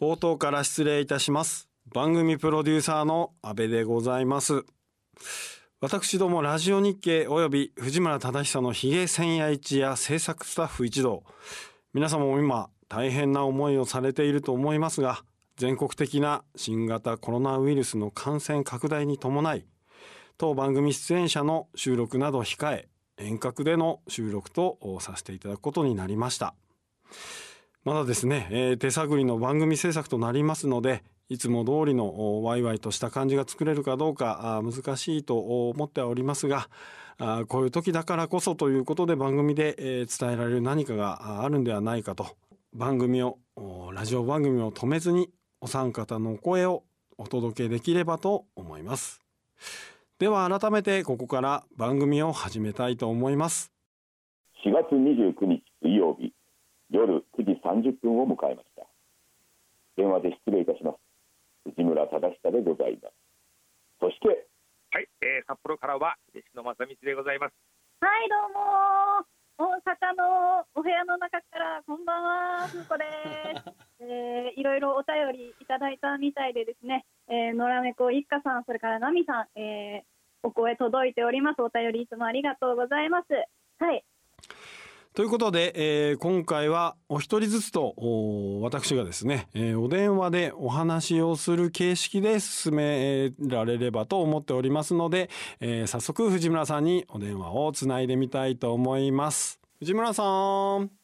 冒頭から失礼いたします。番組プロデューサーの安倍でございます。私どもラジオ日経及び藤村忠久のひげ千夜一や制作スタッフ一同、皆様も今大変な思いをされていると思いますが、全国的な新型コロナウイルスの感染拡大に伴い、当番組出演者の収録などを控え、遠隔での収録とさせていただくことになりました。まだですね、手探りの番組制作となりますので、いつも通りのワイワイとした感じが作れるかどうか難しいと思っておりますが、こういう時だからこそということで番組で伝えられる何かがあるんではないかと、ラジオ番組を止めずにお三方の声をお届けできればと思います。では改めてここから番組を始めたいと思います。 4月29日水曜日夜9時30分を迎えました。電話で失礼いたします。藤村忠久でございます。そしてはい、札幌からは弟子の正道でございます。 はい、どうも大阪のお部屋の中からこんばんは、ふうこです。いろいろお便りいただいたみたいでですね、野良猫一家さん、それからナミさん、お声届いております。お便りいつもありがとうございます。はい。 ということで、今回はお一人ずつと私がですね、お電話でお話をする形式で進められればと思っておりますので、早速藤村さんにお電話をつないでみたいと思います。藤村さん。 はい、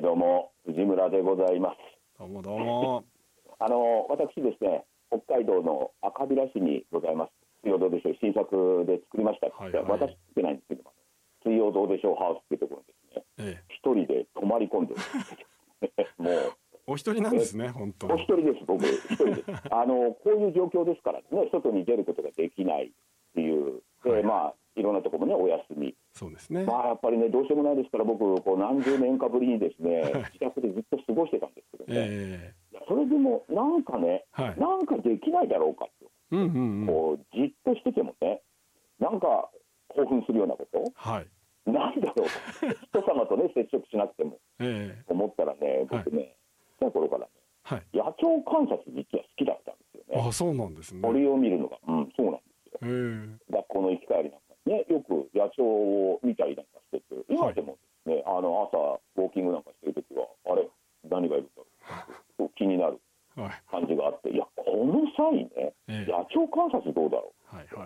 どうも藤村でございます。 どうもどうも。 私ですね、北海道の赤平市にございます。水曜どうでしょう新作で作りました。はいはい、私作ってないんですけども、水曜どうでしょうハウスっていうところですね、一人で泊まり込んでるもうお一人なんですね。本当お一人です。僕一人ですこういう状況ですからね、外に出ることができないっていうで、はい、いろんなところもねお休み。 そうですね。 やっぱりねどうしようもないですから、僕こう何十年かぶりにですね自宅でずっと過ごしてたんですけどね、それでもなんかね、はい、なんかできないだろうかと、こうじっとしててもね、なんか興奮するようなこと、はい、なんだろう人様とね接触しなくても、思ったらね、僕ね、ちっちゃい頃からね、はい、野鳥観察実は好きだったんですよね。 あ、そうなんですね。 鳥を見るのが、そうなんですよ。学校の行き帰りなんかね、よく野鳥を見たりなんかしてて、今でもですね、朝ウォーキングなんかしてるときは、あれ何がいるんだろう気になる感じがあって、いやこの際ね、野鳥観察どうだろう。はいはい、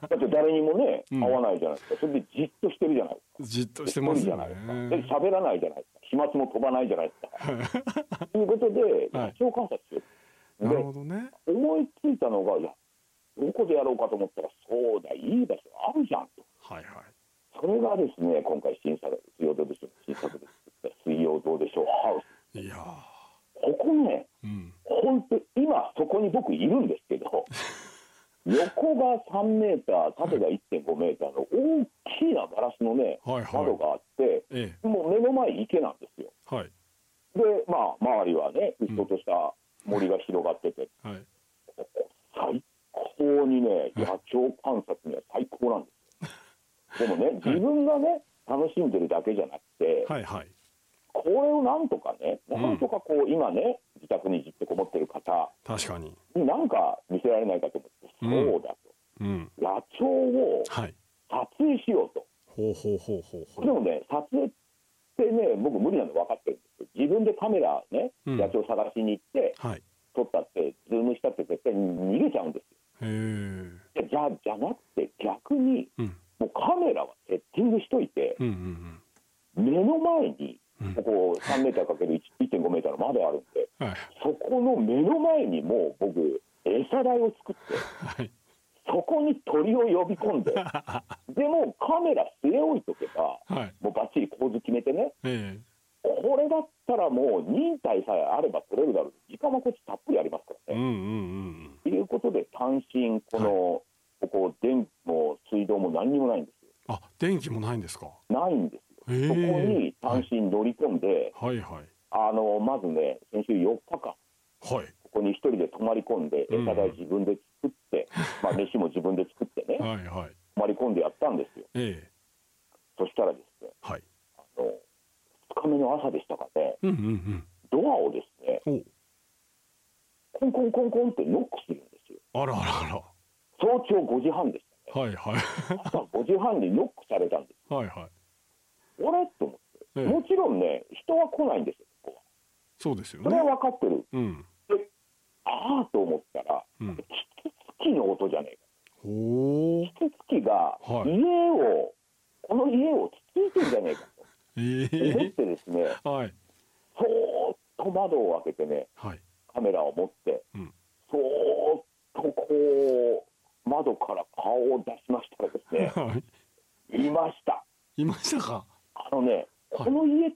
だって誰にもね会わないじゃないですか。それでじっとしてるじゃないですか。 じっとしてますよね。 で喋らないじゃないですか。飛沫も飛ばないじゃないですか。ということで野鳥観察しよう。なるほどね。思いついたのが、いやどこでやろうかと思ったら、そうだいい場所あるじゃんと。はいはい。それがですね、今回新作水曜どうでしょう新作で作った水曜どうでしょうハウス。いやここね、本当今そこに僕いるんですけど。横が3メーター、縦が 1.5 メーターの大きなガラスのね、窓があって、もう目の前池なんですよ。はい、で、周りはね、うっそうとした森が広がってて、ここ最高にね、野鳥観察には最高なんですよ。でもね、自分がね、楽しんでるだけじゃなくて、これをなんとかね、なんとかこう、今ね、自宅にじっとこもってる方になんか見せられないかと思って、そうだと、野鳥を撮影しようと。でもね、撮影ってね、僕無理なの分かってるんですよ。自分でカメラね、野鳥探しに行って、撮ったって、ズームしたって絶対に逃げちゃうんですよ。じゃなくて逆に、もうカメラはセッティングしといて、目の前にここ3メーターかける 1.5 メーターの窓あるんで、そこの目の前にもう僕餌台を作って、そこに鳥を呼び込んででもカメラ据え置いとけば、もうバッチリ構図決めてね、これだったらもう忍耐さえあれば取れるだろう。時間はこっちたっぷりありますからね。ということで単身ここ電気も水道も何にもないんですよ。 あ、電気もないんですか。 ないんですよ。そこに単身乗り込んで、まずね、先週4日間、ここに一人で泊まり込んで、餌代自分で作って、飯も自分で作ってね、泊まり込んでやったんですよ。そしたらですね、2日目の朝でしたかね、ドアをですね、 コンコンコンコンってノックするんですよ。 あらあらあら。 早朝5時半でしたね。 はいはい。 朝5時半にノックされたんです。 はいはい。 あれと思って、もちろんね、人は来ないんですよ、ここは。 そうですよね。 それは分かってる。 うん。 で、ああと思ったら、キツツキの音じゃねえか。 ほキツツキがはいこの家をつついてるんじゃねえかと思ってですね、 はい。 そーっと窓を開けてね、 はい。 カメラを持って、そーっとこう窓から顔を出しましたらですね、 はい。 いました。 いましたか。 この家って、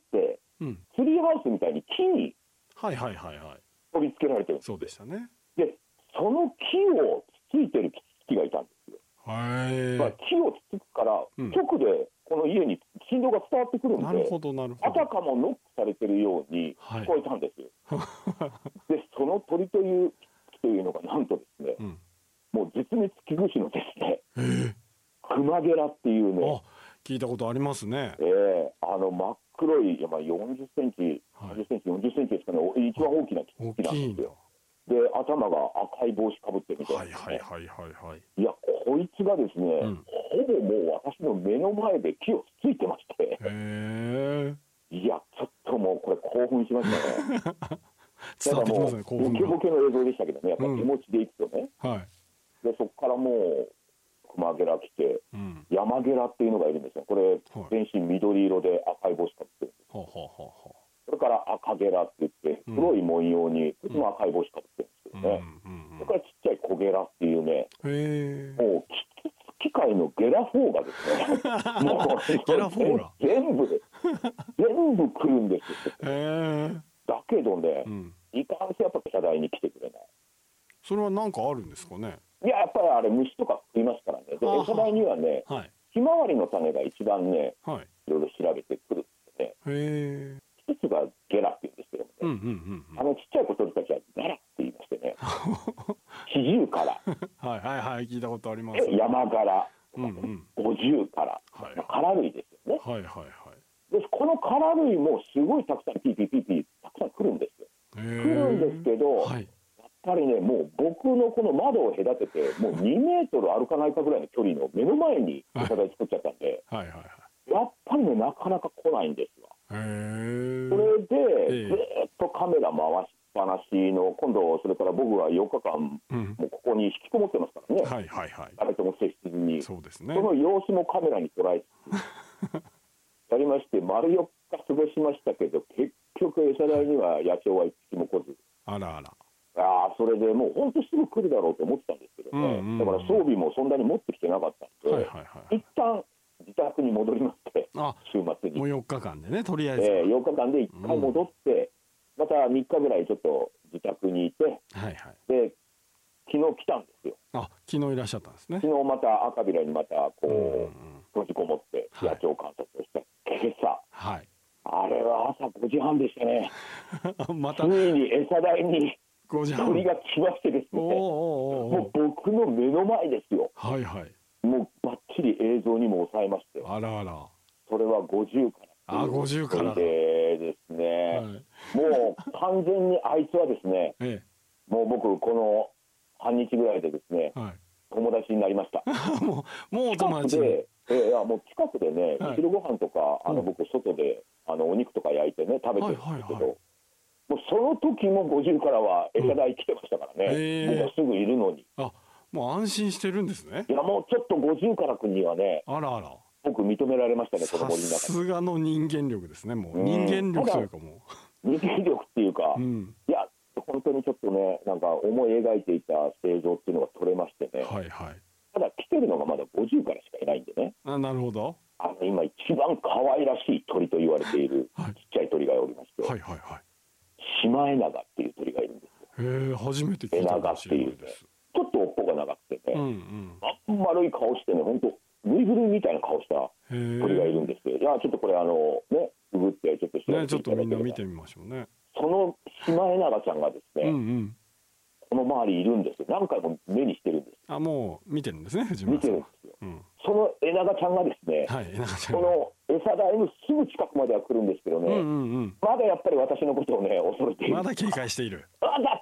ツリーハウスみたいに木にはいはいはいはい。 取り付けられてるんです。 そうでしたね。 で、その木をつついてるキツツキがいたんですよ。 はい。 木をつつくから、直でこの家に振動が伝わってくるんで、 なるほどなるほど。 あたかもノックされてるように聞こえたんですよ。で、その鳥というのがなんとですね、もう絶滅危惧種のですね、クマゲラっていうね、 聞いたことありますね。 真っ黒い、40センチ、30センチ、40センチですかね、一番大きなキツツキなんですよ。で、頭が赤い帽子かぶってみたいな、ね。 はいはいはいはい。 いや、こいつがですね、ほぼもう私の目の前で木をつついてまして。いや、ちょっともうこれ興奮しましたね。 伝わってきますね、興奮が。 ボケボケの映像でしたけどね、やっぱ気持ちでいくとね。で、そこからもう、クマゲラ来て、ヤマゲラっていうのがいるんですよ。これ、全身緑色で赤い帽子かぶってるんです。それから赤ゲラって言って、黒い文様に、こっちも赤い帽子かぶってるんですけどね。それからちっちゃい小ゲラっていうね、もうキツツキ界のゲラフォーがですね、もうゲラフォーが全部来るんですよ。だけどね、いかんせやっぱ餌台に来てくれない。 それは何かあるんですかね。 いや、やっぱりあれ虫とか食いますからね。で、餌台にはね、ひまわりの種が一番ね、いろいろ調べてくるんですね。一つがゲラっていうんですけどもね、ちっちゃい小鳥たちはガラって言いましてね、シジュウカラ、 はいはいはい、聞いたことあります。 ヤマガラ、ゴジュウカラ、カラ類ですよね。 はいはいはい。 で、このカラ類もすごいたくさんピーピーピーピーたくさん来るんですよ。来るんですけど、やっぱりね、もう僕のこの窓を隔てて、もう2メートル歩かないかぐらいの距離の目の前に餌台作っちゃったんで、やっぱりね、なかなか来ないんですわ。それで、ずっとカメラ回しっぱなしの、今度、それから僕は4日間、もうここに引きこもってますからね、誰とも接しずに、その様子もカメラに捉えつつ、やりまして、丸4日過ごしましたけど、結局、餌台には野鳥は一匹も来ず。 あらあら。 それでもう本当すぐ来るだろうと思ってたんですけどね、だから装備もそんなに持ってきてなかったんで、一旦自宅に戻りまして、週末に。 もう4日間でね、とりあえず。 4日間で1回戻って、また3日ぐらいちょっと自宅にいて、で、昨日来たんですよ。 昨日いらっしゃったんですね。 昨日また赤びらにまたこう、閉じこもって野鳥観察をした。今朝、あれは朝5時半でしたね。ついに餌台に鳥が来ましてですね、もう僕の目の前ですよ。もうばっちり映像にも抑えまして、それは50から 50からでですね、もう完全にあいつはですね、もう僕この半日ぐらいでですね、友達になりました。 もうお友達で、もう近くでね、昼ご飯とか僕外でお肉とか焼いてね食べてるんですけど、もうその時も50からは餌台来てましたからね、僕はすぐいるのに。 もう安心してるんですね。 いや、もうちょっと50から君にはね、僕認められましたね、この森の中で。 さすがの人間力ですね。もう人間力というか、もう人間力っていうか、いや本当にちょっとね、なんか思い描いていた映像っていうのが撮れましてね、ただ来てるのがまだ50からしかいないんでね。 なるほど。 今一番可愛らしい鳥と言われているちっちゃい鳥がおりまして、シマエナガっていう鳥がいるんですよ。 初めて聞いたかもしれないです。 ちょっと尾っぽが長くてね、丸い顔してね、本当ぬいぐるみみたいな顔した鳥がいるんですけど、いやちょっとこれね、ググってちょっと調べていただければ、 ちょっとみんな見てみましょうね。 そのシマエナガちゃんがですね、この周りいるんですよ。何回も目にしてるんです。 もう見てるんですね、藤村さん。見てるんですよ。そのエナガちゃんがですね、この餌台のすぐ近くまでは来るんですけどね、まだやっぱり私のことをね、恐れている。 まだ警戒している。 まだ来てくれ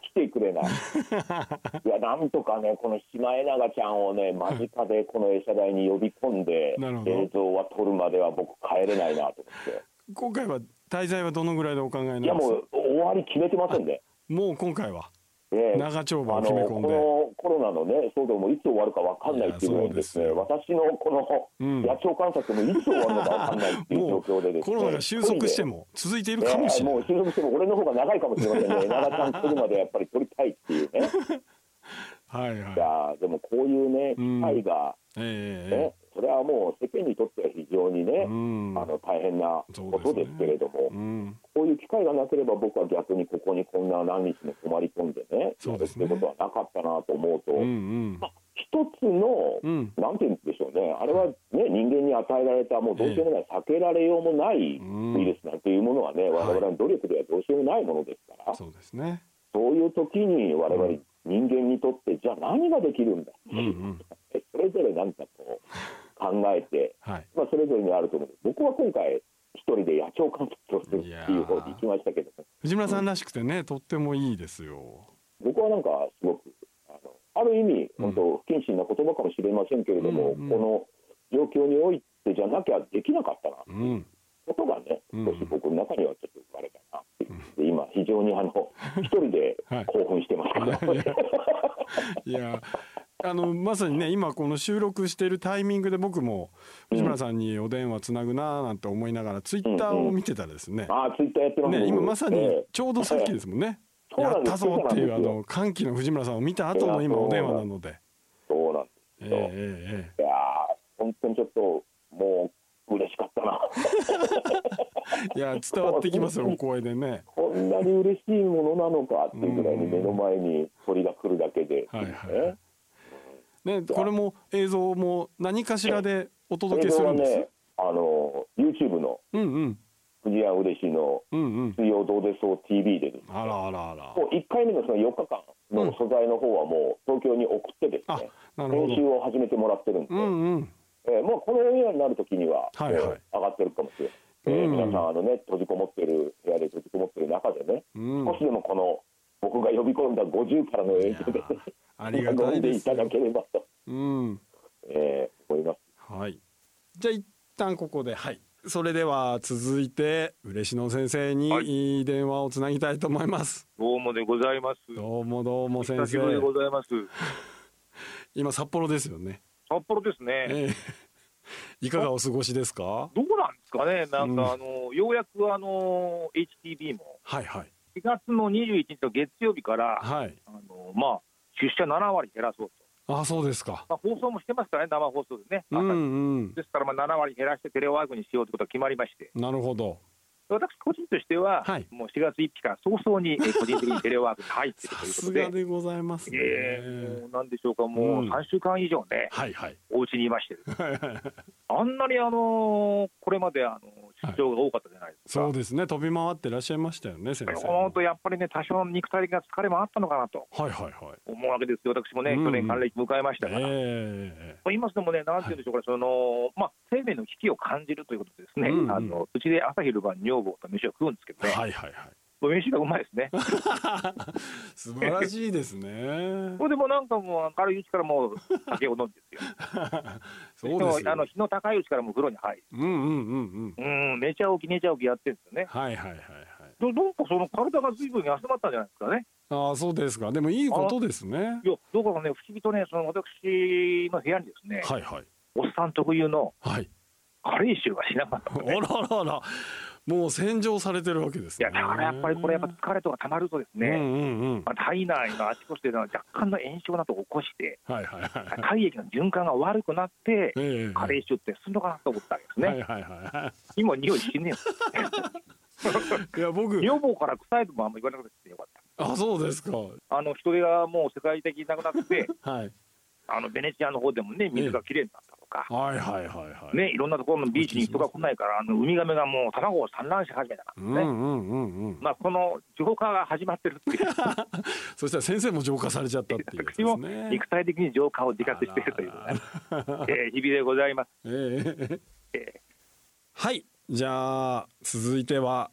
れないいやなんとかねこのシマエナガちゃんをね間近でこの餌台に呼び込んで映像は撮るまでは僕帰れないなと思って今回は滞在はどのぐらいでお考えなんですか？ いやもう終わり決めてませんね。 もう今回は長丁場を決め込んで、 このコロナのね騒動もいつ終わるか分かんないっていうのにですね、私のこの野鳥観察もいつ終わるのか分かんないっていう状況でですね、 コロナが収束しても続いているかもしれない、 もう収束しても俺の方が長いかもしれませんね長ちゃん来るまでやっぱり撮りたいっていうねはいはい。 いやでもこういうね機会が、それはもう世間にとっては非常にね、大変なことですけれども、こういう機会がなければ僕は逆にここにこんな何日も泊まり込んでねやるってことはなかったなと思うと、一つの、なんて言うんでしょうね、あれは、ね、人間に与えられたもうどうしようもない、避けられようもないウイルスなんていうものはね、我々の努力ではどうしようもないものですから、 そうですね。 そういう時に我々人間にとってじゃあ何ができるんだ、それぞれ何かこう考えて、それぞれにあると思う。僕は今回一人で野鳥観察をするっていう方に行きましたけどね。 藤村さんらしくてね、とってもいいですよ。 僕はなんかすごくある意味本当不謹慎な言葉かもしれませんけれども、この状況においてじゃなきゃできなかったな、ことがね少し僕の中にはちょっと生まれたなっていう、で今非常に一人で興奮してますけど、 いやまさにね今この収録しているタイミングで僕も藤村さんにお電話つなぐななんて思いながらツイッターを見てたらですね、 ツイッターやってますね。 今まさにちょうどさっきですもんね、やったぞっていう歓喜の藤村さんを見た後の今お電話なので、 そうなんですよ。いや本当にちょっともう嬉しかったな。 いや伝わってきますよお声でね。 こんなに嬉しいものなのかっていうぐらいに目の前に鳥が来るだけで、 ね、これも映像も何かしらでお届けするんです。 ね、YouTube の藤谷嬉しいの水曜どうでそう TV でですね、1回目のその4日間の素材の方はもう東京に送ってですね、編集を始めてもらってるんで、もうこのオンエアになるときには上がってるかもしれない。皆さん閉じこもってる部屋で閉じこもってる中でね、少しでもこの僕が呼び込んだ50からの映像で飲んでいただければと思います。 はい。じゃあ一旦ここで、それでは続いて嬉野先生に電話をつなぎたいと思います。 どうもでございます。 どうも先生。 久しぶりでございます。 今札幌ですよね。 札幌ですね。 いかがお過ごしですか？ どうなんですかね。なんかようやくHTB も4月の21日の月曜日から出社7割減らそうと。 そうですか。 放送もしてますからね、生放送でね。ですから7割減らしてテレワークにしようということが決まりまして。 なるほど。 私個人としては、もう4月1日から早々に個人的にテレワークに入っているということで。 さすがでございますね。 もうなんでしょうか、もう3週間以上ね、お家にいましてあんなにこれまで出張が多かったじゃないですか。 そうですね、飛び回ってらっしゃいましたよね、先生。 本当やっぱりね、多少の肉体的な疲れもあったのかなと思うわけですよ。私もね、去年還暦迎えましたから。と言いますのもね、なんていうんでしょうか、生命の危機を感じるということでですね、うちで朝昼晩女房と飯を食うんですけどね、飯がうまいですね。 素晴らしいですね。 これでもなんかもう明るいうちからもう酒を飲んでですよ。そうですよ。日の高いうちからもう風呂に入る。寝ちゃ起きやってるんですよね。なんかその体が随分休まったんじゃないですかね。 そうですか。でもいいことですね。 いや、どうかね、不思議とね、その私の部屋にですね、おっさん特有の加齢臭がしなかったので。 あら。もう洗浄されてるわけですね。 いや、だからやっぱりこれ疲れとかたまるとですね、体内のあちこちで若干の炎症などを起こして体液の循環が悪くなって加齢臭ってするのかなと思ったわけですね。今匂いしねえよ。いや僕女房から臭いともあんま言わなくてよかった。 そうですか。 人手がもう世界的になくなってベネチアの方でもね、水がきれいになったとか、ね、いろんなところのビーチに人が来ないから、ウミガメがもう卵を産卵し始めたからね。この浄化が始まってるっていう。 そしたら先生も浄化されちゃったっていうですね。 私も肉体的に浄化を自覚しているという日々でございます。 はい、じゃあ続いては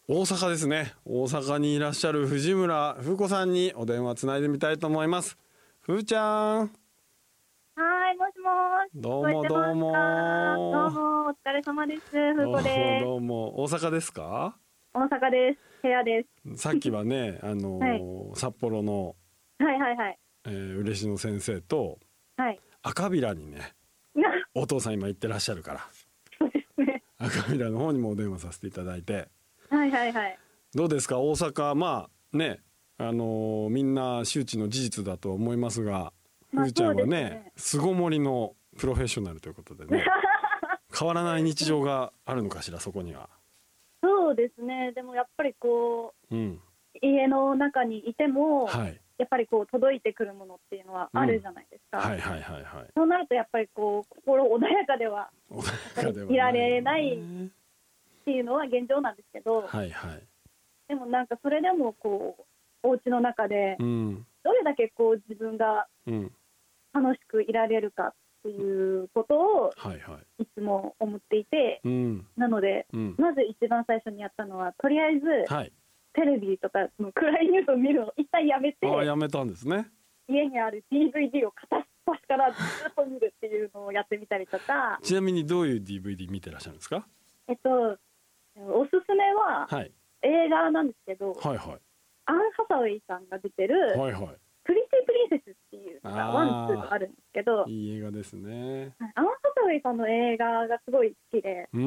大阪ですね。大阪にいらっしゃる藤村風子さんにお電話つないでみたいと思います。ふーちゃん。 はい、もしもし。 どうもどうも。 どうもお疲れ様です。風子です。 どうも大阪ですか？ 大阪です。部屋です。 さっきはねはい、札幌のはいはいはい。 嬉野先生と、はい、赤平にねお父さん今行ってらっしゃるからそうですね、 赤平の方にもお電話させていただいて、 はいはいはい。 どうですか大阪。まあねみんな周知の事実だと思いますが、ふーちゃんはね巣ごもりのプロフェッショナルということでね変わらない日常があるのかしらそこには。 そうですね。でもやっぱりこう、家の中にいても、はい、やっぱりこう届いてくるものっていうのはあるじゃないですか。はいはいはいはい。そうなるとやっぱりこう心穏やかではいられないっていうのは現状なんですけど、はいはい。でもなんかそれでもこうお家の中でどれだけこう自分が楽しくいられるかっていうことをいつも思っていて、なのでまず一番最初にやったのはとりあえず、はい、テレビとかの暗いニュースを見るのを一旦やめて、 やめたんですね。 家にある DVD を片っ端からずっと見るっていうのをやってみたりとか。 ちなみにどういう DVD 見てらっしゃるんですか？ おすすめは、はい、映画なんですけど、はいはい、アン・ハサウェイさんが出てる、はいはい、プリティプリンセスっていうのが1、2とあるんですけど、 いい映画ですね。 アン・ハサウェイさんの映画がすごい好きで、うんうん、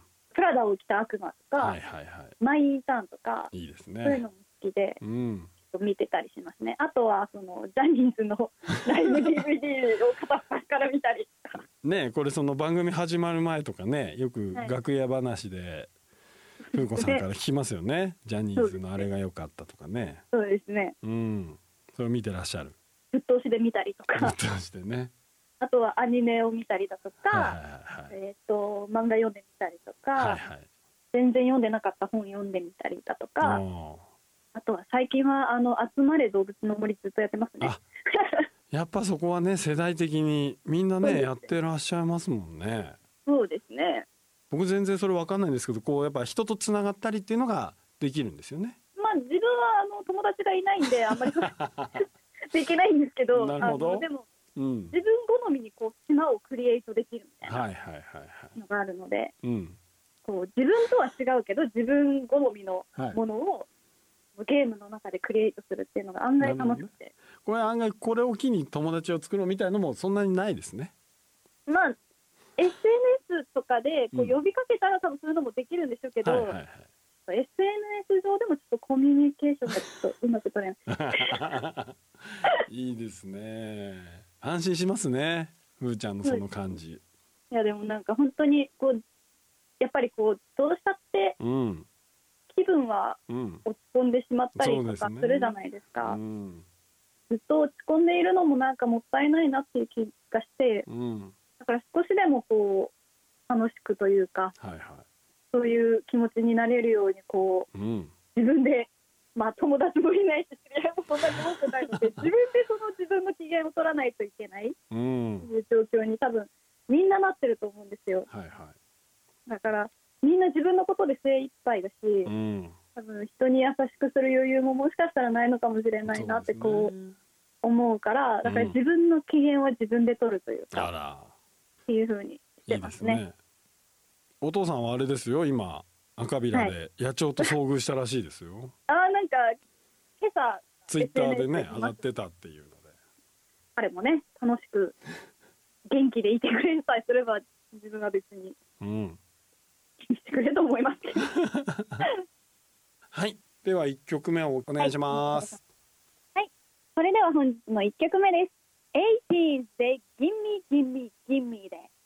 プラダを着た悪魔とか、はいはいはい、マイ・ターンとか、いいですね、そういうのも好きで、見てたりしますね。あとはそのジャニーズのライブ DVD を片っ端から見たりとかね、これその番組始まる前とかね、よく楽屋話で風子さんから聞きますよねジャニーズのあれが良かったとかね。 そうですね、 それを見てらっしゃる。 ぶっ通しで見たりとか、 ぶっ通しでね。 あとはアニメを見たりだとか、漫画読んでみたりとか、はいはい、全然読んでなかった本読んでみたりだとか、あとは最近は集まれ動物の森ずっとやってますね。 やっぱそこはね世代的にみんなねやってらっしゃいますもんね。 そうですね。 僕全然それ分かんないんですけど、こうやっぱ人とつながったりっていうのができるんですよね。 まあ自分は友達がいないんであんまりできないんですけど、 なるほど。 でも、自分好みにこう島をクリエイトできるみたいなのがあるので、こう自分とは違うけど自分好みのものを、ゲームの中でクリエイトするっていうのが案外楽しくて、 これ案外これを機に友達を作ろうみたいなのもそんなにないですね。 まあ SNS とかでこう呼びかけたら多分そういうのもできるんでしょうけど、SNS 上でもちょっとコミュニケーションがちょっとうまく取れないいいですね。安心しますね、ふーちゃんのその感じ。いやでもなんか本当にこうやっぱりこうどうしたって、気分は落ち込んでしまったりとかするじゃないですか。ずっと落ち込んでいるのもなんかもったいないなっていう気がして、だから少しでもこう楽しくというか、そういう気持ちになれるようにこう、自分で、まあ友達もいないし知り合いもそんなに多くないので自分でその自分の機嫌を取らないといけないという状況に多分みんななってると思うんですよ。だからみんな自分のことで精一杯だし、多分人に優しくする余裕ももしかしたらないのかもしれないなってこう思うから、だから自分の機嫌は自分で取るというか、っていう風にしてますね。いいですね。 お父さんはあれですよ、今赤平で野鳥と遭遇したらしいですよ。 なんか今朝ツイッターでね上がってたっていうので、 彼もね楽しく元気でいてくれさえすれば自分は別にしてくれると思いますけどはい、では1曲目をお願いします。 はい、それでは本日の1曲目です。80s で Gimme Gimme Gimme で